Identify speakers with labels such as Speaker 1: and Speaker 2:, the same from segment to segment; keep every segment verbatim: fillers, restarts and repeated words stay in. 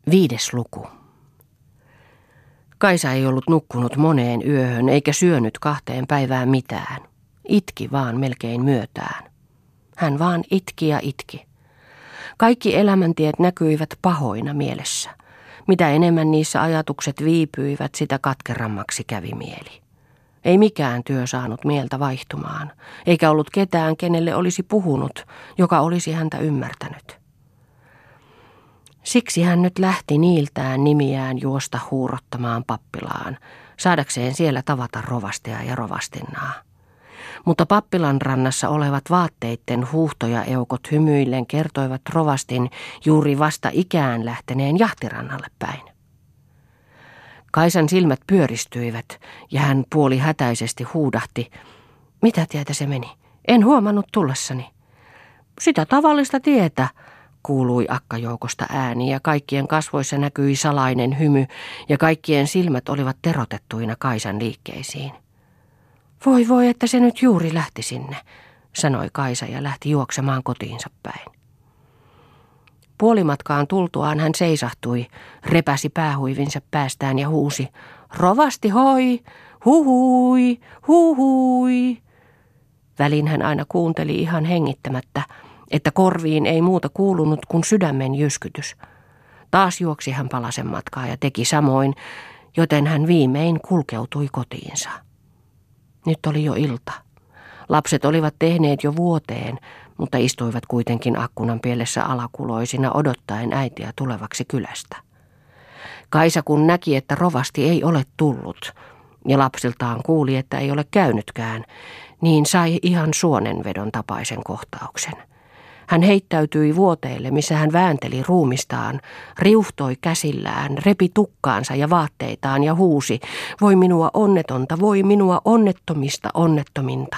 Speaker 1: Viides luku. Kaisa ei ollut nukkunut moneen yöhön eikä syönyt kahteen päivään mitään. Itki vaan melkein myötään. Hän vaan itki ja itki. Kaikki elämäntiet näkyivät pahoina mielessä. Mitä enemmän niissä ajatukset viipyivät, sitä katkerammaksi kävi mieli. Ei mikään työ saanut mieltä vaihtumaan, eikä ollut ketään, kenelle olisi puhunut, joka olisi häntä ymmärtänyt. Siksi hän nyt lähti niiltään nimiään juosta huurottamaan pappilaan, saadakseen siellä tavata rovastia ja rovastinnaa. Mutta pappilan rannassa olevat vaatteitten huuhtojaeukot hymyillen kertoivat rovastin juuri vasta ikään lähteneen jahtirannalle päin. Kaisan silmät pyöristyivät ja hän puoli hätäisesti huudahti. Mitä tietä se meni? En huomannut tullessani. Sitä tavallista tietä, kuului akkajoukosta ääni ja kaikkien kasvoissa näkyi salainen hymy ja kaikkien silmät olivat terotettuina Kaisan liikkeisiin. Voi voi, että se nyt juuri lähti sinne, sanoi Kaisa ja lähti juoksemaan kotiinsa päin. Puolimatkaan tultuaan hän seisahtui, repäsi päähuivinsa päästään ja huusi, rovasti hoi, huhui, huhui. Välin hän aina kuunteli ihan hengittämättä, että korviin ei muuta kuulunut kuin sydämen jyskytys. Taas juoksi hän palasen matkaa ja teki samoin, joten hän viimein kulkeutui kotiinsa. Nyt oli jo ilta. Lapset olivat tehneet jo vuoteen, mutta istuivat kuitenkin akkunan pielessä alakuloisina odottaen äitiä tulevaksi kylästä. Kaisa kun näki, että rovasti ei ole tullut, ja lapsiltaan kuuli, että ei ole käynytkään, niin sai ihan suonenvedon tapaisen kohtauksen. Hän heittäytyi vuoteille, missä hän väänteli ruumistaan, riuhtoi käsillään, repi tukkaansa ja vaatteitaan ja huusi, voi minua onnetonta, voi minua onnettomista onnettominta.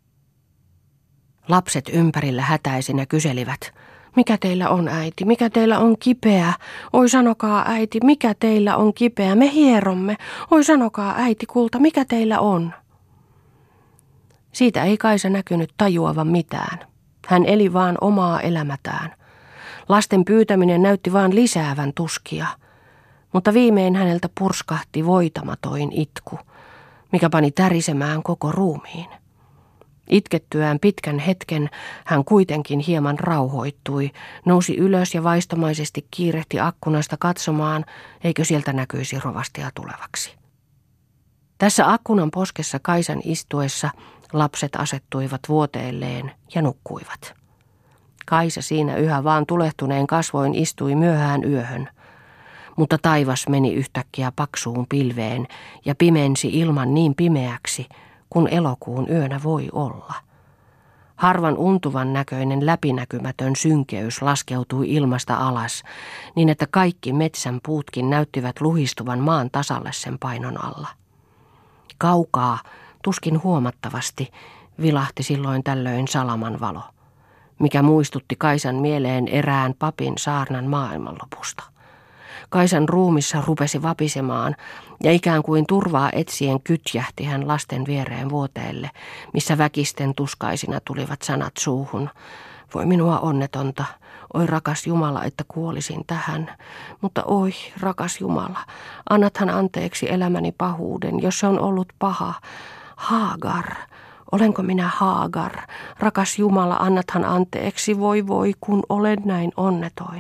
Speaker 1: Lapset ympärillä hätäisinä kyselivät, mikä teillä on äiti, mikä teillä on kipeä, oi sanokaa äiti, mikä teillä on kipeä, me hieromme, oi sanokaa äiti kulta, mikä teillä on. Siitä ei Kaisa näkynyt tajuavan mitään. Hän eli vaan omaa elämätään. Lasten pyytäminen näytti vaan lisäävän tuskia, mutta viimein häneltä purskahti voitamatoin itku, mikä pani tärisemään koko ruumiin. Itkettyään pitkän hetken hän kuitenkin hieman rauhoittui, nousi ylös ja vaistomaisesti kiirehti akkunasta katsomaan, eikö sieltä näkyisi rovastia tulevaksi. Tässä akkunan poskessa Kaisan istuessa lapset asettuivat vuoteelleen ja nukkuivat. Kaisa siinä yhä vaan tulehtuneen kasvoin istui myöhään yöhön, mutta taivas meni yhtäkkiä paksuun pilveen ja pimensi ilman niin pimeäksi, kun elokuun yönä voi olla. Harvan untuvan näköinen läpinäkymätön synkeys laskeutui ilmasta alas, niin että kaikki metsän puutkin näyttivät luhistuvan maan tasalle sen painon alla. Kaukaa, tuskin huomattavasti, vilahti silloin tällöin salaman valo, mikä muistutti Kaisan mieleen erään papin saarnan maailmanlopusta. Kaisan ruumissa rupesi vapisemaan ja ikään kuin turvaa etsien kytjähti hän lasten viereen vuoteelle, missä väkisten tuskaisina tulivat sanat suuhun. Voi minua onnetonta, oi rakas Jumala, että kuolisin tähän, mutta oi rakas Jumala, annathan anteeksi elämäni pahuuden, jos se on ollut paha. Haagar, olenko minä Haagar, rakas Jumala, annathan anteeksi, voi voi, kun olen näin onnetoin.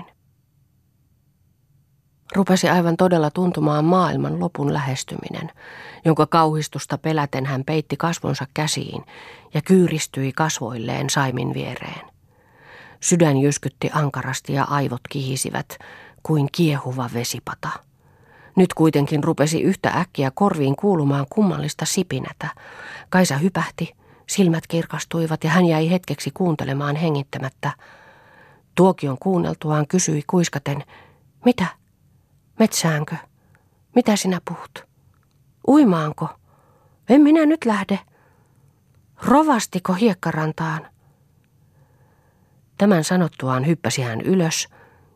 Speaker 1: Rupesi aivan todella tuntumaan maailman lopun lähestyminen, jonka kauhistusta peläten hän peitti kasvonsa käsiin ja kyyristyi kasvoilleen saimin viereen. Sydän jyskytti ankarasti ja aivot kihisivät kuin kiehuva vesipata. Nyt kuitenkin rupesi yhtä äkkiä korviin kuulumaan kummallista sipinätä. Kaisa hypähti, silmät kirkastuivat ja hän jäi hetkeksi kuuntelemaan hengittämättä. Tuokion kuunneltuaan kysyi kuiskaten, mitä? Metsäänkö? Mitä sinä puhut? Uimaanko? En minä nyt lähde. Rovastiko hiekkarantaan? Tämän sanottuaan hyppäsi hän ylös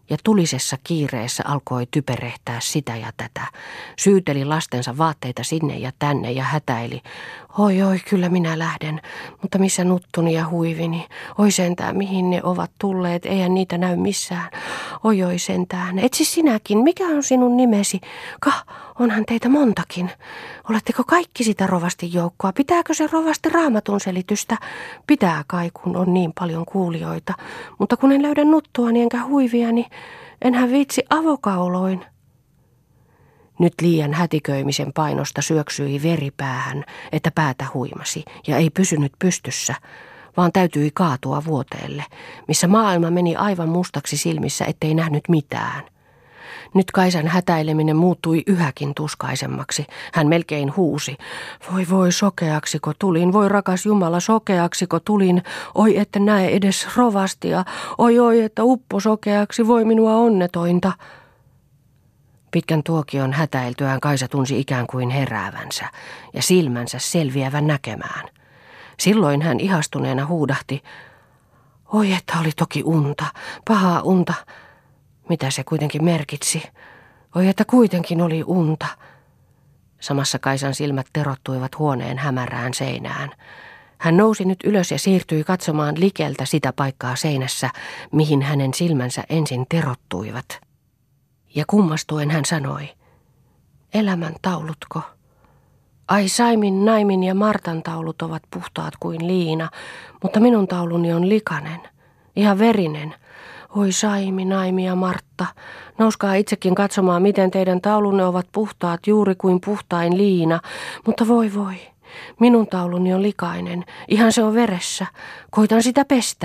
Speaker 1: ja tulisessa kiireessä alkoi typerehtää sitä ja tätä. Syyteli lastensa vaatteita sinne ja tänne ja hätäili. Oi oi, kyllä minä lähden, mutta missä nuttuni ja huivini? Oi sentään, mihin ne ovat tulleet, eihän niitä näy missään. Oi oi sentään, etsi sinäkin, mikä on sinun nimesi? Kah, onhan teitä montakin. Oletteko kaikki sitä rovastin joukkoa? Pitääkö se rovasti raamatun selitystä? Pitää kai, kun on niin paljon kuulijoita. Mutta kun en löydä nuttuani enkä huiviani, enhän viitsi avokauloin. Nyt liian hätiköimisen painosta syöksyi veri päähän, että päätä huimasi ja ei pysynyt pystyssä, vaan täytyi kaatua vuoteelle, missä maailma meni aivan mustaksi silmissä, ettei nähnyt mitään. Nyt Kaisan hätäileminen muuttui yhäkin tuskaisemmaksi. Hän melkein huusi. Voi voi, sokeaksiko tulin, voi rakas Jumala, sokeaksiko tulin. Oi, että näe edes rovastia. Oi, oi, että uppo sokeaksi, voi minua onnetointa. Pitkän tuokion hätäiltyään Kaisa tunsi ikään kuin heräävänsä ja silmänsä selviävän näkemään. Silloin hän ihastuneena huudahti. Oi, että oli toki unta, pahaa unta. Mitä se kuitenkin merkitsi? Oi, että kuitenkin oli unta. Samassa Kaisan silmät terottuivat huoneen hämärään seinään. Hän nousi nyt ylös ja siirtyi katsomaan likeltä sitä paikkaa seinässä, mihin hänen silmänsä ensin terottuivat. Ja kummastuen hän sanoi, elämän taulutko? Ai Saimin, Naimin ja Martan taulut ovat puhtaat kuin liina, mutta minun tauluni on likainen, ihan verinen. Oi Saimi, Naimi ja Martta, nouskaa itsekin katsomaan, miten teidän taulunne ovat puhtaat juuri kuin puhtain liina, mutta voi voi, minun tauluni on likainen, ihan se on veressä, koitan sitä pestä.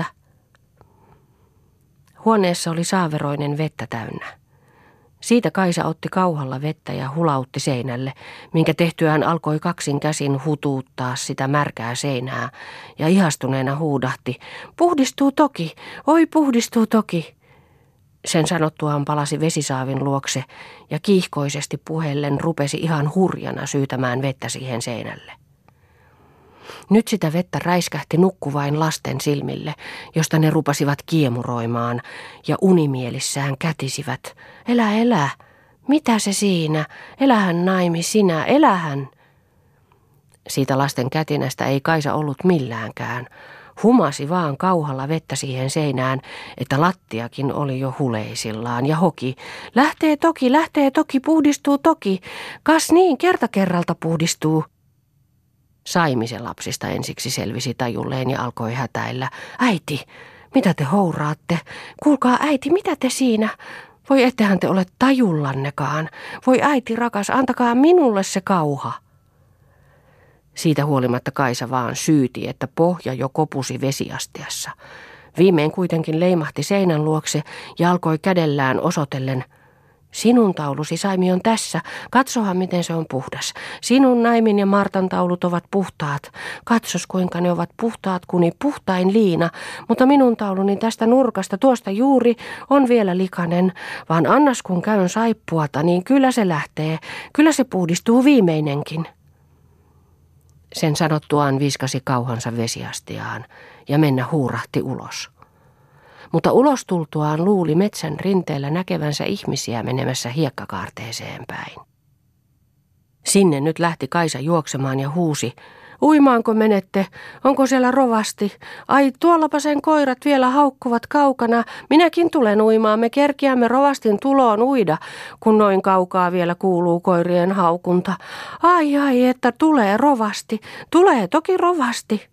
Speaker 1: Huoneessa oli saaveroinen vettä täynnä. Siitä Kaisa otti kauhalla vettä ja hulautti seinälle, minkä tehtyään alkoi kaksin käsin hutuuttaa sitä märkää seinää ja ihastuneena huudahti, puhdistuu toki, oi puhdistuu toki. Sen sanottuaan palasi vesisaavin luokse ja kiihkoisesti puheellen rupesi ihan hurjana syytämään vettä siihen seinälle. Nyt sitä vettä räiskähti nukkuvain lasten silmille, josta ne rupasivat kiemuroimaan ja unimielissään kätisivät. Elä, elä, mitä se siinä? Elähän Naimi sinä, elähän. Siitä lasten kätinästä ei Kaisa ollut milläänkään. Humasi vaan kauhalla vettä siihen seinään, että lattiakin oli jo huleisillaan ja hoki. Lähtee toki, lähtee toki, puhdistuu toki. Kas niin, kerta kerralta puhdistuu. Saimisen lapsista ensiksi selvisi tajulleen ja alkoi hätäillä. Äiti, mitä te houraatte? Kuulkaa äiti, mitä te siinä? Voi ettehän te ole tajullannekaan. Voi äiti rakas, antakaa minulle se kauha. Siitä huolimatta Kaisa vaan syyti, että pohja jo kopusi vesiastiassa. Viimein kuitenkin leimahti seinän luokse ja alkoi kädellään osoitellen. Sinun taulusi, Saimi, on tässä. Katsohan, miten se on puhdas. Sinun Naimin ja Martan taulut ovat puhtaat. Katsos, kuinka ne ovat puhtaat, kuni puhtain liina. Mutta minun tauluni tästä nurkasta, tuosta juuri, on vielä likainen. Vaan annas, kun käyn saippuata, niin kyllä se lähtee. Kyllä se puhdistuu viimeinenkin. Sen sanottuaan viskasi kauhansa vesiastiaan ja mennä huurahti ulos. Mutta ulos tultuaan luuli metsän rinteellä näkevänsä ihmisiä menemässä hiekkakaarteeseen päin. Sinne nyt lähti Kaisa juoksemaan ja huusi, uimaanko menette? Onko siellä rovasti? Ai, tuollapa sen koirat vielä haukkuvat kaukana. Minäkin tulen uimaan, me kerkiämme rovastin tuloon uida, kun noin kaukaa vielä kuuluu koirien haukunta. Ai, ai, että tulee rovasti, tulee toki rovasti.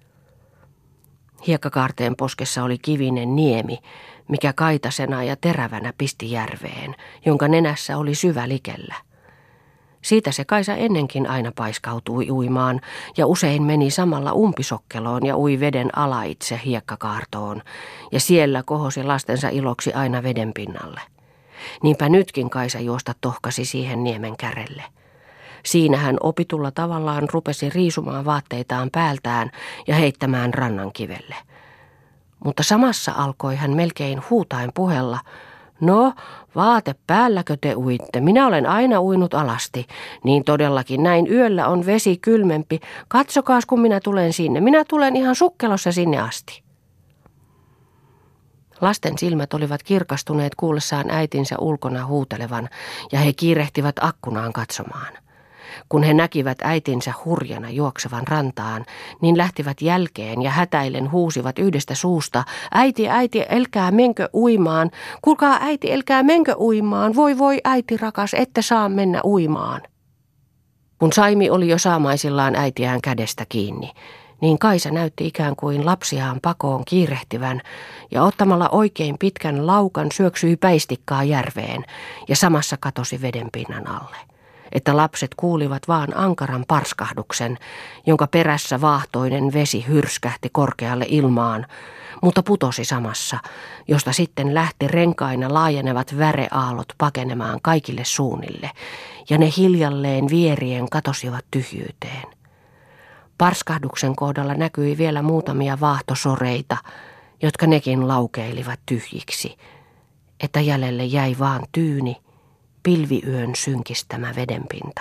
Speaker 1: Hiekkakaarteen poskessa oli kivinen niemi, mikä kaitasena ja terävänä pisti järveen, jonka nenässä oli syvä likellä. Siitä se Kaisa ennenkin aina paiskautui uimaan ja usein meni samalla umpisokkeloon ja ui veden alaitse hiekkakaartoon ja siellä kohosi lastensa iloksi aina veden pinnalle. Niinpä nytkin Kaisa juosta tohkasi siihen niemen kärelle. Siinä hän opitulla tavallaan rupesi riisumaan vaatteitaan päältään ja heittämään rannan kivelle. Mutta samassa alkoi hän melkein huutain puhella. No, vaate päälläkö te uitte? Minä olen aina uinut alasti. Niin todellakin näin yöllä on vesi kylmempi. Katsokaas, kun minä tulen sinne. Minä tulen ihan sukkelossa sinne asti. Lasten silmät olivat kirkastuneet kuullessaan äitinsä ulkona huutelevan, ja he kiirehtivät akkunaan katsomaan. Kun he näkivät äitinsä hurjana juoksevan rantaan, niin lähtivät jälkeen ja hätäillen huusivat yhdestä suusta, äiti, äiti, älkää menkö uimaan, kuulkaa äiti, älkää menkö uimaan, voi voi äiti rakas, ette saa mennä uimaan. Kun Saimi oli jo saamaisillaan äitiään kädestä kiinni, niin Kaisa näytti ikään kuin lapsiaan pakoon kiirehtivän ja ottamalla oikein pitkän laukan syöksyi päistikkaa järveen ja samassa katosi vedenpinnan alle. Että lapset kuulivat vaan ankaran parskahduksen, jonka perässä vaahtoinen vesi hyrskähti korkealle ilmaan, mutta putosi samassa, josta sitten lähti renkaina laajenevat väreaallot pakenemaan kaikille suunnille, ja ne hiljalleen vierien katosivat tyhjyyteen. Parskahduksen kohdalla näkyi vielä muutamia vaahtosoreita, jotka nekin laukeilivat tyhjiksi, että jäljelle jäi vaan tyyni, pilviyön synkistämä vedenpinta.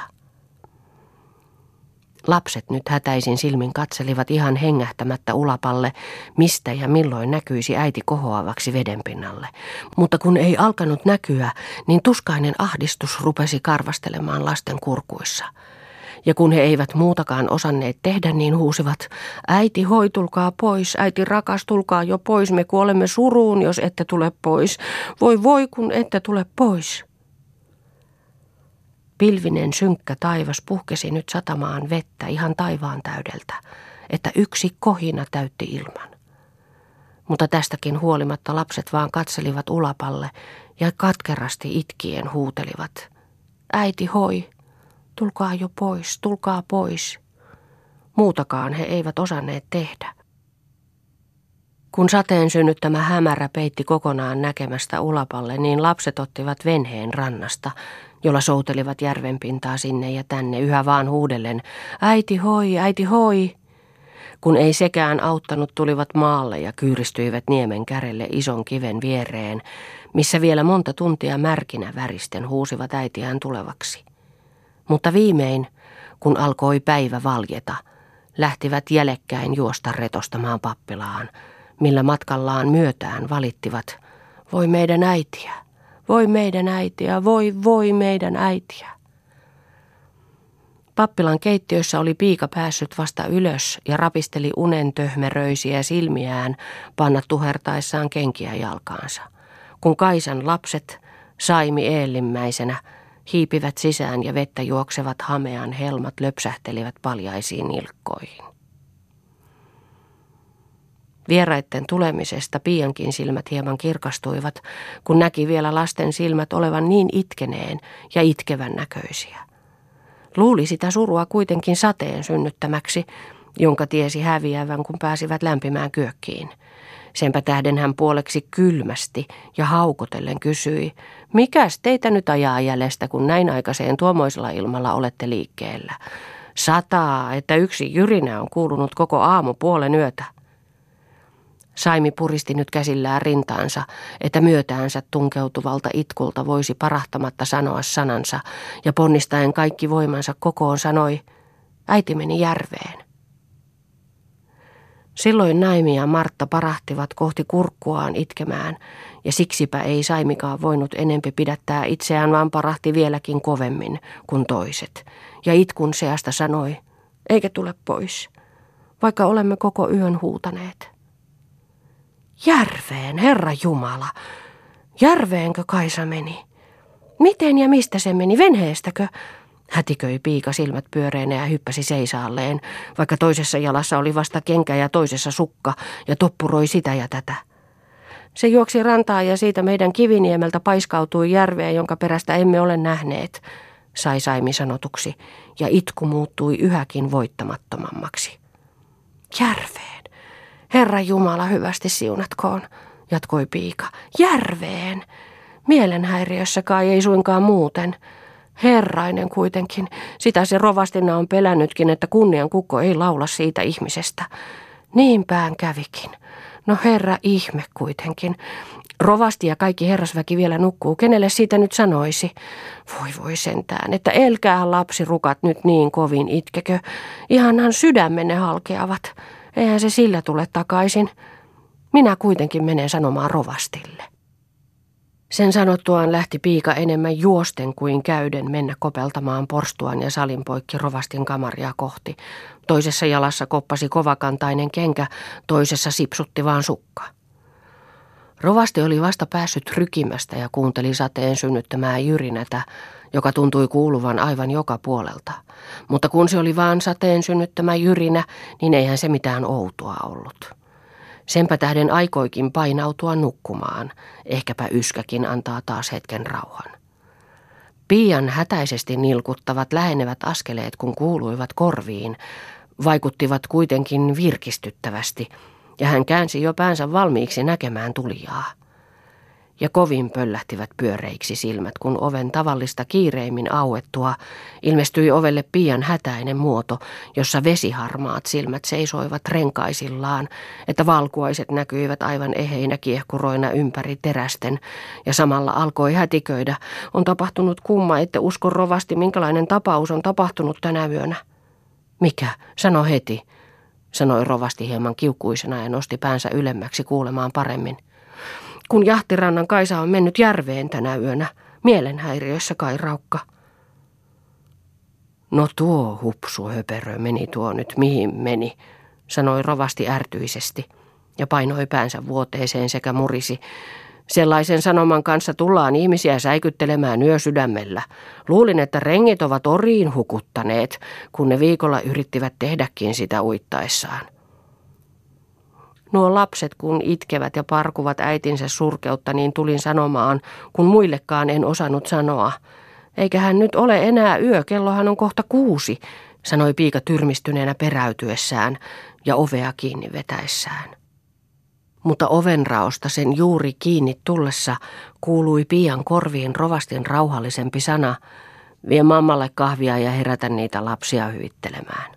Speaker 1: Lapset nyt hätäisin silmin katselivat ihan hengähtämättä ulapalle, mistä ja milloin näkyisi äiti kohoavaksi vedenpinnalle. Mutta kun ei alkanut näkyä, niin tuskainen ahdistus rupesi karvastelemaan lasten kurkuissa. Ja kun he eivät muutakaan osanneet tehdä, niin huusivat, äiti hoi, tulkaa pois, äiti rakas, tulkaa jo pois, me kuolemme suruun, jos ette tule pois. Voi voi, kun ette tule pois. Pilvinen synkkä taivas puhkesi nyt satamaan vettä ihan taivaan täydeltä, että yksi kohina täytti ilman. Mutta tästäkin huolimatta lapset vaan katselivat ulapalle ja katkerasti itkien huutelivat. Äiti hoi, tulkaa jo pois, tulkaa pois. Muutakaan he eivät osanneet tehdä. Kun sateen synnyttämä hämärä peitti kokonaan näkemästä ulapalle, niin lapset ottivat venheen rannasta, jolla soutelivat järvenpintaa sinne ja tänne yhä vaan huudellen, äiti hoi, äiti hoi. Kun ei sekään auttanut, tulivat maalle ja kyyristyivät niemen kärelle ison kiven viereen, missä vielä monta tuntia märkinä väristen huusivat äitiään tulevaksi. Mutta viimein, kun alkoi päivä valjeta, lähtivät jäljekkäin juosta retostamaan pappilaan, millä matkallaan myötään valittivat, voi meidän äitiä, voi meidän äitiä, voi voi meidän äitiä. Pappilan keittiössä oli piika päässyt vasta ylös ja rapisteli unen töhmeröisiä silmiään panna tuhertaessaan kenkiä jalkaansa, kun Kaisan lapset, Saimi eellimmäisenä, hiipivät sisään ja vettä juoksevat hamean helmat löpsähtelivät paljaisiin nilkkoihin. Vieraitten tulemisesta Piiankin silmät hieman kirkastuivat, kun näki vielä lasten silmät olevan niin itkeneen ja itkevän näköisiä. Luuli sitä surua kuitenkin sateen synnyttämäksi, jonka tiesi häviävän, kun pääsivät lämpimään kyökkiin. Senpä tähden hän puoleksi kylmästi ja haukotellen kysyi, mikäs teitä nyt ajaa jäljestä, kun näin aikaiseen tuomoisella ilmalla olette liikkeellä? Sataa, että yksi jyrinä on kuulunut koko aamu puolen yötä. Saimi puristi nyt käsillään rintaansa, että myötäänsä tunkeutuvalta itkulta voisi parahtamatta sanoa sanansa, ja ponnistaen kaikki voimansa kokoon sanoi, äiti meni järveen. Silloin Naimi ja Martta parahtivat kohti kurkkuaan itkemään, ja siksipä ei Saimikaan voinut enempi pidättää itseään, vaan parahti vieläkin kovemmin kuin toiset, ja itkun seasta sanoi, eikä tule pois, vaikka olemme koko yön huutaneet. Järveen, Herra Jumala. Järveenkö Kaisa meni? Miten ja mistä se meni? Venheestäkö? Hätiköi piika silmät pyöreänä ja hyppäsi seisaalleen, vaikka toisessa jalassa oli vasta kenkä ja toisessa sukka ja toppuroi sitä ja tätä. Se juoksi rantaan ja siitä meidän Kiviniemeltä paiskautui järveen, jonka perästä emme ole nähneet, sai Saimi sanotuksi, ja itku muuttui yhäkin voittamattomammaksi. Järveen. Herra Jumala hyvästi siunatkoon, jatkoi piika. Järveen. Mielenhäiriössä kai ei suinkaan muuten. Herrainen kuitenkin. Sitä se rovastina on pelännytkin, että kunnian kukko ei laula siitä ihmisestä. Niinpään kävikin. No herra ihme kuitenkin. Rovasti ja kaikki herrasväki vielä nukkuu. Kenelle siitä nyt sanoisi? Voi voi sentään, että elkää lapsirukat nyt niin kovin itkekö. Ihanhan sydämenne halkeavat. Eihän se sillä tule takaisin. Minä kuitenkin menen sanomaan rovastille. Sen sanottuaan lähti piika enemmän juosten kuin käyden mennä kopeltamaan porstuan ja salin poikki rovastin kamaria kohti. Toisessa jalassa koppasi kovakantainen kenkä, toisessa sipsutti vaan sukka. Rovasti oli vasta päässyt rykimästä ja kuunteli sateen synnyttämää jyrinätä, joka tuntui kuuluvan aivan joka puolelta. Mutta kun se oli vaan sateen synnyttämä jyrinä, niin eihän se mitään outoa ollut. Senpä tähden aikoikin painautua nukkumaan, ehkäpä yskäkin antaa taas hetken rauhan. Pian hätäisesti nilkuttavat lähenevät askeleet, kun kuuluivat korviin, vaikuttivat kuitenkin virkistyttävästi, ja hän käänsi jo päänsä valmiiksi näkemään tulijaa. Ja kovin pöllähtivät pyöreiksi silmät, kun oven tavallista kiireimmin auettua ilmestyi ovelle pian hätäinen muoto, jossa vesiharmaat silmät seisoivat renkaisillaan, että valkuaiset näkyivät aivan eheinä kiehkuroina ympäri terästen, ja samalla alkoi hätiköidä. On tapahtunut kumma, ette usko rovasti, minkälainen tapaus on tapahtunut tänä yönä. Mikä? Sano heti, sanoi rovasti hieman kiukkuisena ja nosti päänsä ylemmäksi kuulemaan paremmin. Kun Jahtirannan Kaisa on mennyt järveen tänä yönä, mielenhäiriössä kai Raukka. No tuo hupsu höperö meni tuo nyt mihin meni, sanoi rovasti ärtyisesti ja painoi päänsä vuoteeseen sekä murisi. Sellaisen sanoman kanssa tullaan ihmisiä säikyttelemään yösydämellä. Luulin, että rengit ovat oriin hukuttaneet, kun ne viikolla yrittivät tehdäkin sitä uittaessaan. Nuo lapset, kun itkevät ja parkuvat äitinsä surkeutta, niin tulin sanomaan, kun muillekaan en osannut sanoa. Eikä hän nyt ole enää yö, kellohan on kohta kuusi, sanoi piika tyrmistyneenä peräytyessään ja ovea kiinni vetäessään. Mutta ovenraosta sen juuri kiinni tullessa kuului pian korviin rovastin rauhallisempi sana, vie mammalle kahvia ja herätä niitä lapsia hyvittelemään.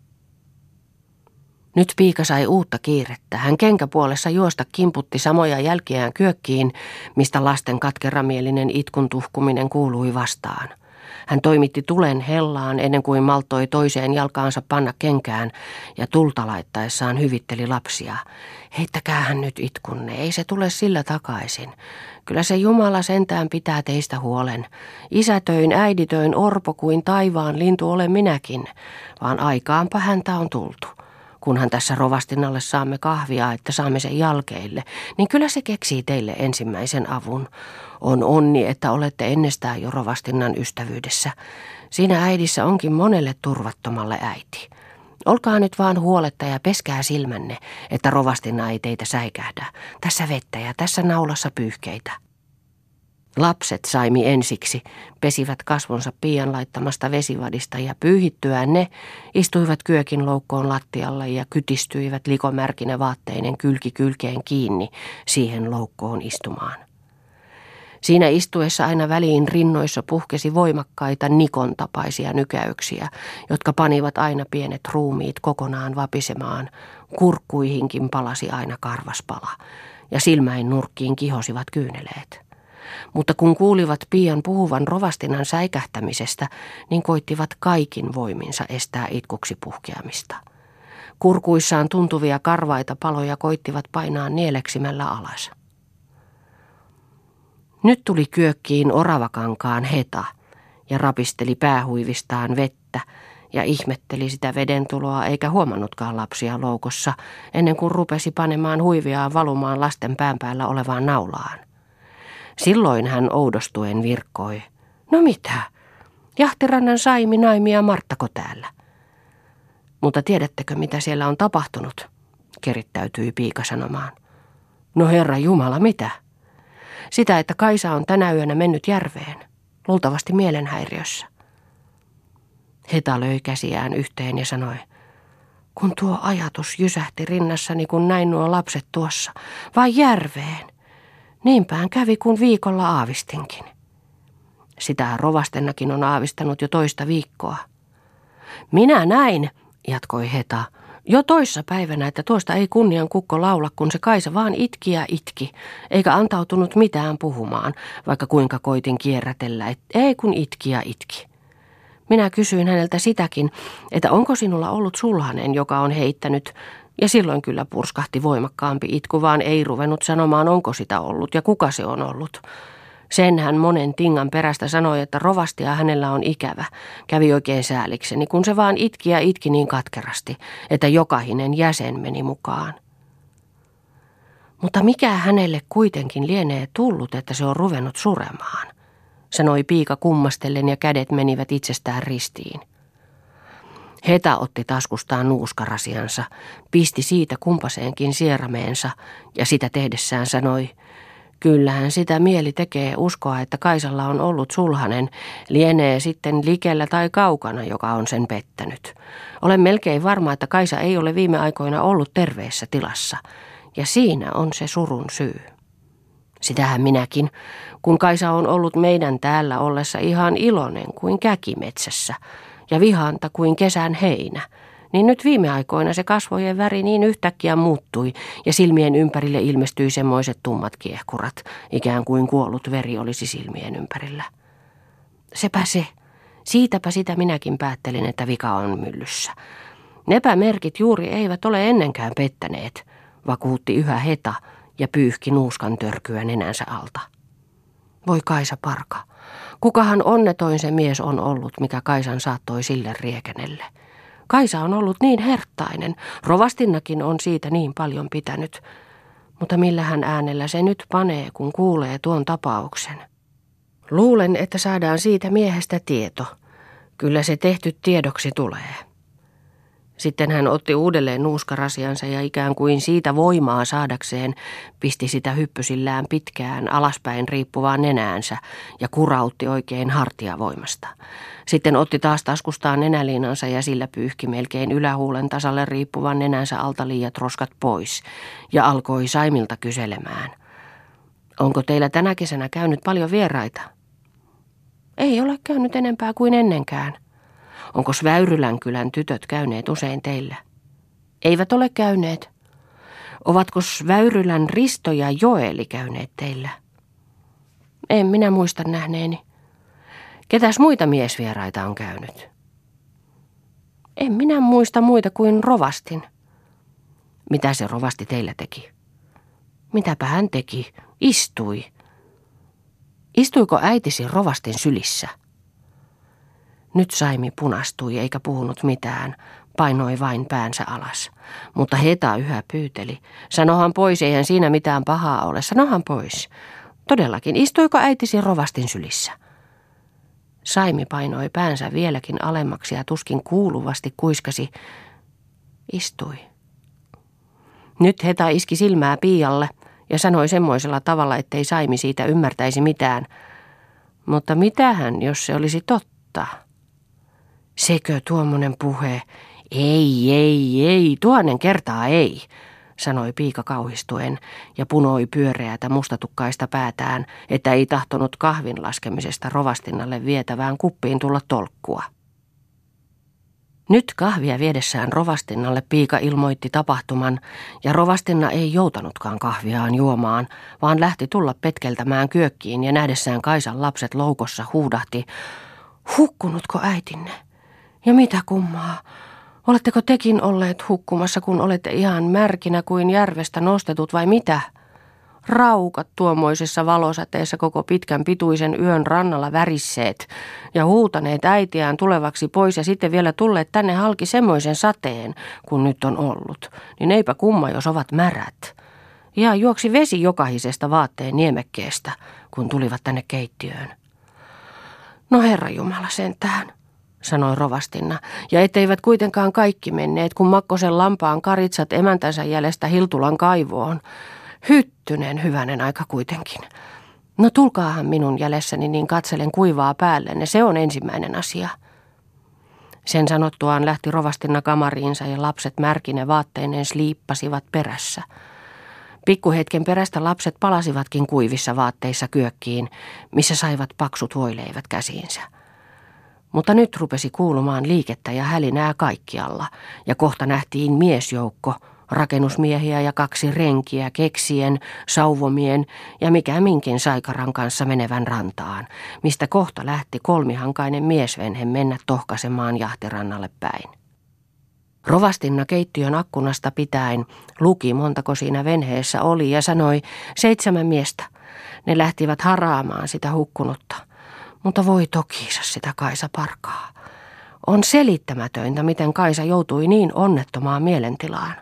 Speaker 1: Nyt piika sai uutta kiirettä. Hän kenkäpuolessa juosta kimputti samoja jälkiään kyökkiin, mistä lasten katkeramielinen itkun tuhkuminen kuului vastaan. Hän toimitti tulen hellaan ennen kuin malttoi toiseen jalkaansa panna kenkään ja tulta laittaessaan hyvitteli lapsia. Heittäkäähän nyt itkunne, ei se tule sillä takaisin. Kyllä se Jumala sentään pitää teistä huolen. Isätöin, äiditöin, orpo kuin taivaan lintu olen minäkin, vaan aikaanpa häntä on tultu. Kunhan tässä rovastinnalle saamme kahvia, että saamme sen jalkeille, niin kyllä se keksii teille ensimmäisen avun. On onni, että olette ennestään jo rovastinnan ystävyydessä. Siinä äidissä onkin monelle turvattomalle äiti. Olkaa nyt vaan huoletta ja peskää silmänne, että rovastinna ei teitä säikähdä. Tässä vettä ja tässä naulassa pyyhkeitä. Lapset saimi ensiksi, pesivät kasvonsa pian laittamasta vesivadista ja pyyhittyään ne istuivat kyökin loukkoon lattialle ja kytistyivät likomärkine vaatteinen kylki kylkeen kiinni siihen loukkoon istumaan. Siinä istuessa aina väliin rinnoissa puhkesi voimakkaita Nikon tapaisia nykäyksiä, jotka panivat aina pienet ruumiit kokonaan vapisemaan, kurkkuihinkin palasi aina karvaspala ja silmäin nurkkiin kihosivat kyyneleet. Mutta kun kuulivat pian puhuvan rovastinnan säikähtämisestä, niin koittivat kaikin voiminsa estää itkuksi puhkeamista. Kurkuissaan tuntuvia karvaita paloja koittivat painaa nieleksimällä alas. Nyt tuli kyökkiin oravakankaan Heta ja rapisteli päähuivistaan vettä ja ihmetteli sitä vedentuloa eikä huomannutkaan lapsia loukossa ennen kuin rupesi panemaan huiviaan valumaan lasten pään päällä olevaan naulaan. Silloin hän oudostuen virkkoi. No mitä? Jahtirannan Saimi, Naimi ja Marttako täällä? Mutta tiedättekö mitä siellä on tapahtunut? Kerittäytyi piika sanomaan. No Herra Jumala, mitä? Sitä, että Kaisa on tänä yönä mennyt järveen. Luultavasti mielenhäiriössä. Heta löi käsiään yhteen ja sanoi. Kun tuo ajatus jysähti rinnassani, kun näin nuo lapset tuossa. Vai järveen? Niinpään kävi, kun viikolla aavistinkin. Sitä rovastennakin on aavistanut jo toista viikkoa. Minä näin, jatkoi Heta, jo toissa päivänä, että tuosta ei kunnian kukko laula, kun se Kaisa vaan itki ja itki, eikä antautunut mitään puhumaan, vaikka kuinka koitin kierrätellä, et ei kun itki ja itki. Minä kysyin häneltä sitäkin, että onko sinulla ollut sulhanen, joka on heittänyt, Ja silloin kyllä purskahti voimakkaampi itku, vaan ei ruvennut sanomaan, onko sitä ollut ja kuka se on ollut. Sen hän monen tingan perästä sanoi, että rovastia hänellä on ikävä. Kävi oikein säälikseni, kun se vaan itki ja itki niin katkerasti, että jokainen jäsen meni mukaan. Mutta mikä hänelle kuitenkin lienee tullut, että se on ruvennut suremaan, sanoi piika kummastellen ja kädet menivät itsestään ristiin. Heta otti taskustaan nuuskarasiansa, pisti siitä kumpaseenkin sierameensa ja sitä tehdessään sanoi, kyllähän sitä mieli tekee uskoa, että Kaisalla on ollut sulhanen, lienee sitten likellä tai kaukana, joka on sen pettänyt. Olen melkein varma, että Kaisa ei ole viime aikoina ollut terveessä tilassa, ja siinä on se surun syy. Sitähän minäkin, kun Kaisa on ollut meidän täällä ollessa ihan iloinen kuin käkimetsässä, ja vihanta kuin kesän heinä, niin nyt viime aikoina se kasvojen väri niin yhtäkkiä muuttui ja silmien ympärille ilmestyi semmoiset tummat kiehkurat, ikään kuin kuollut veri olisi silmien ympärillä. Sepä se, siitäpä sitä minäkin päättelin, että vika on myllyssä. Nepä merkit juuri eivät ole ennenkään pettäneet, vakuutti yhä Heta ja pyyhki nuuskan törkyä nenänsä alta. Voi Kaisa parka, kukahan onnetoin se mies on ollut, mikä Kaisan saattoi sille riekänelle. Kaisa on ollut niin herttainen, rovastinnakin on siitä niin paljon pitänyt, mutta millähän äänellä se nyt panee, kun kuulee tuon tapauksen. Luulen, että saadaan siitä miehestä tieto. Kyllä se tehty tiedoksi tulee. Sitten hän otti uudelleen nuuskarasiansa ja ikään kuin siitä voimaa saadakseen pisti sitä hyppysillään pitkään alaspäin riippuvaan nenäänsä ja kurautti oikein hartiavoimasta. Sitten otti taas taskustaan nenäliinansa ja sillä pyyhki melkein ylähuulen tasalle riippuvan nenänsä alta liiat roskat pois ja alkoi Saimilta kyselemään. Onko teillä tänä kesänä käynyt paljon vieraita? Ei ole käynyt enempää kuin ennenkään. Onkos Väyrylän kylän tytöt käyneet usein teillä? Eivät ole käyneet. Ovatkos Väyrylän Risto ja Joeli käyneet teillä? En minä muista nähneeni. Ketäs muita miesvieraita on käynyt? En minä muista muita kuin rovastin. Mitä se rovasti teillä teki? Mitäpä hän teki? Istui. Istuiko äitisi rovastin sylissä? Nyt Saimi punastui eikä puhunut mitään, painoi vain päänsä alas. Mutta Heta yhä pyyteli. Sanohan pois, eihän siinä mitään pahaa ole. Sanohan pois. Todellakin, istuiko äitisi rovastin sylissä? Saimi painoi päänsä vieläkin alemmaksi ja tuskin kuuluvasti kuiskasi. Istui. Nyt Heta iski silmää Piialle ja sanoi semmoisella tavalla, ettei Saimi siitä ymmärtäisi mitään. Mutta mitähän, jos se olisi totta? Sekö tuommoinen puhe? Ei, ei, ei, tuhannen kertaa ei, sanoi piika kauhistuen ja punoi pyöreätä mustatukkaista päätään, että ei tahtonut kahvin laskemisesta rovastinnalle vietävään kuppiin tulla tolkkua. Nyt kahvia viedessään rovastinnalle piika ilmoitti tapahtuman, ja rovastinna ei joutanutkaan kahviaan juomaan, vaan lähti tulla petkeltämään kyökkiin ja nähdessään Kaisan lapset loukossa huudahti, hukkunutko äitinne? Ja mitä kummaa? Oletteko tekin olleet hukkumassa, kun olette ihan märkinä kuin järvestä nostetut vai mitä? Raukat tuommoisessa valosateessa koko pitkän pituisen yön rannalla värisseet ja huutaneet äitiään tulevaksi pois ja sitten vielä tulleet tänne halki semmoisen sateen, kun nyt on ollut. Niin eipä kumma, jos ovat märät. Ja juoksi vesi jokaisesta vaatteen niemekkeestä, kun tulivat tänne keittiöön. No Herra Jumala sentään, sanoi rovastinna, ja etteivät kuitenkaan kaikki menneet, kun Makkosen lampaan karitsat emäntänsä jäljestä Hiltulan kaivoon. Hyttynen hyvänen aika kuitenkin. No tulkaahan minun jälessäni, niin katselen kuivaa päällenne, se on ensimmäinen asia. Sen sanottuaan lähti rovastinna kamariinsa ja lapset märkine vaatteineen sliippasivat perässä. Pikkuhetken perästä lapset palasivatkin kuivissa vaatteissa kyökkiin, missä saivat paksut voileivät käsiinsä. Mutta nyt rupesi kuulumaan liikettä ja hälinää kaikkialla, ja kohta nähtiin miesjoukko, rakennusmiehiä ja kaksi renkiä keksien, sauvomien ja mikä minkin saikaran kanssa menevän rantaan, mistä kohta lähti kolmihankainen miesvenhe mennä tohkaisemaan jahtirannalle päin. Rovastinna keittiön akkunasta pitäen luki, montako siinä venheessä oli, ja sanoi, seitsemän miestä. Ne lähtivät haraamaan sitä hukkunutta. Mutta voi tokiinsa sitä Kaisa Parkaa. On selittämätöntä, miten Kaisa joutui niin onnettomaan mielentilaan.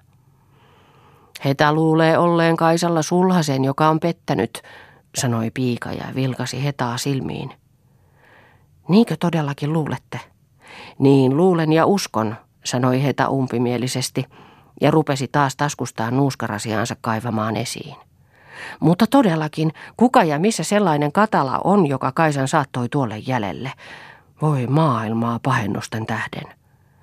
Speaker 1: Heta luulee olleen Kaisalla sulhasen, joka on pettänyt, sanoi piika ja vilkasi Hetaa silmiin. Niinkö todellakin luulette? Niin luulen ja uskon, sanoi Heta umpimielisesti ja rupesi taas taskustaan nuuskarasiaansa kaivamaan esiin. Mutta todellakin, kuka ja missä sellainen katala on, joka Kaisan saattoi tuolle jäljelle? Voi maailmaa pahennusten tähden.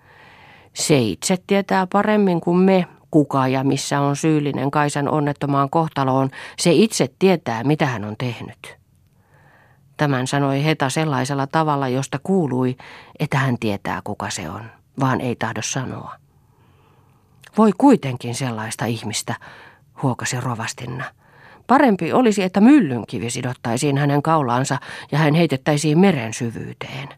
Speaker 1: Se itse tietää paremmin kuin me, kuka ja missä on syyllinen Kaisan onnettomaan kohtaloon. Se itse tietää, mitä hän on tehnyt. Tämän sanoi Heta sellaisella tavalla, josta kuului, että hän tietää, kuka se on, vaan ei tahdo sanoa. Voi kuitenkin sellaista ihmistä, huokasi Rovastinna. Parempi olisi, että myllynkivi sidottaisiin hänen kaulaansa ja hän heitettäisiin meren syvyyteen.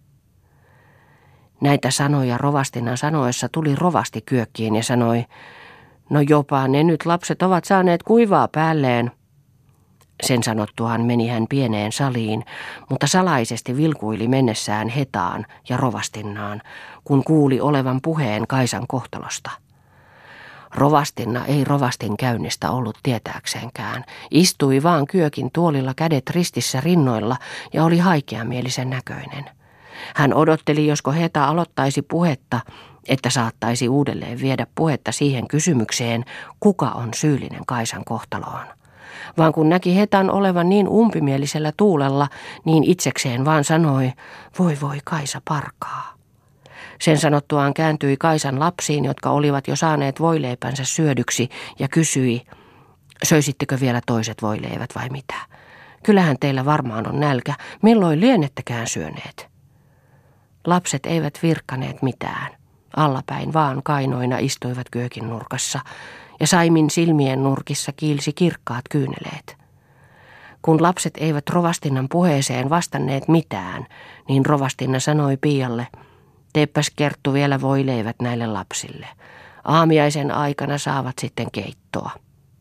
Speaker 1: Näitä sanoja Rovastinnan sanoessa tuli rovasti kyökkiin ja sanoi, no jopa ne nyt lapset ovat saaneet kuivaa päälleen. Sen sanottuaan meni hän pieneen saliin, mutta salaisesti vilkuili mennessään Hetaan ja Rovastinnaan, kun kuuli olevan puheen Kaisan kohtalosta. Rovastinna ei rovastin käynnistä ollut tietääkseenkään, istui vaan kyökin tuolilla kädet ristissä rinnoilla ja oli haikeamielisen näköinen. Hän odotteli, josko Heta aloittaisi puhetta, että saattaisi uudelleen viedä puhetta siihen kysymykseen, kuka on syyllinen Kaisan kohtaloon. Vaan kun näki Hetan olevan niin umpimielisellä tuulella, niin itsekseen vaan sanoi, voi voi Kaisa Parkaa. Sen sanottuaan kääntyi Kaisan lapsiin, jotka olivat jo saaneet voileipänsä syödyksi, ja kysyi, söisittekö vielä toiset voileivät vai mitä? Kyllähän teillä varmaan on nälkä, milloin lienettekään syöneet? Lapset eivät virkkaneet mitään. Allapäin vaan kainoina istuivat kyökin nurkassa, ja Saimin silmien nurkissa kiilsi kirkkaat kyyneleet. Kun lapset eivät Rovastinnan puheeseen vastanneet mitään, niin Rovastinna sanoi Pialle, teepäs Kerttu vielä voileivät näille lapsille. Aamiaisen aikana saavat sitten keittoa.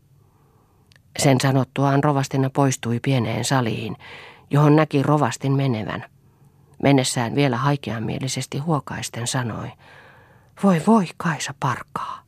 Speaker 1: Sen sanottuaan Rovastinna poistui pieneen saliin, johon näki Rovastin menevän. Mennessään vielä haikeamielisesti huokaisten sanoi, voi voi Kaisa Parkaa.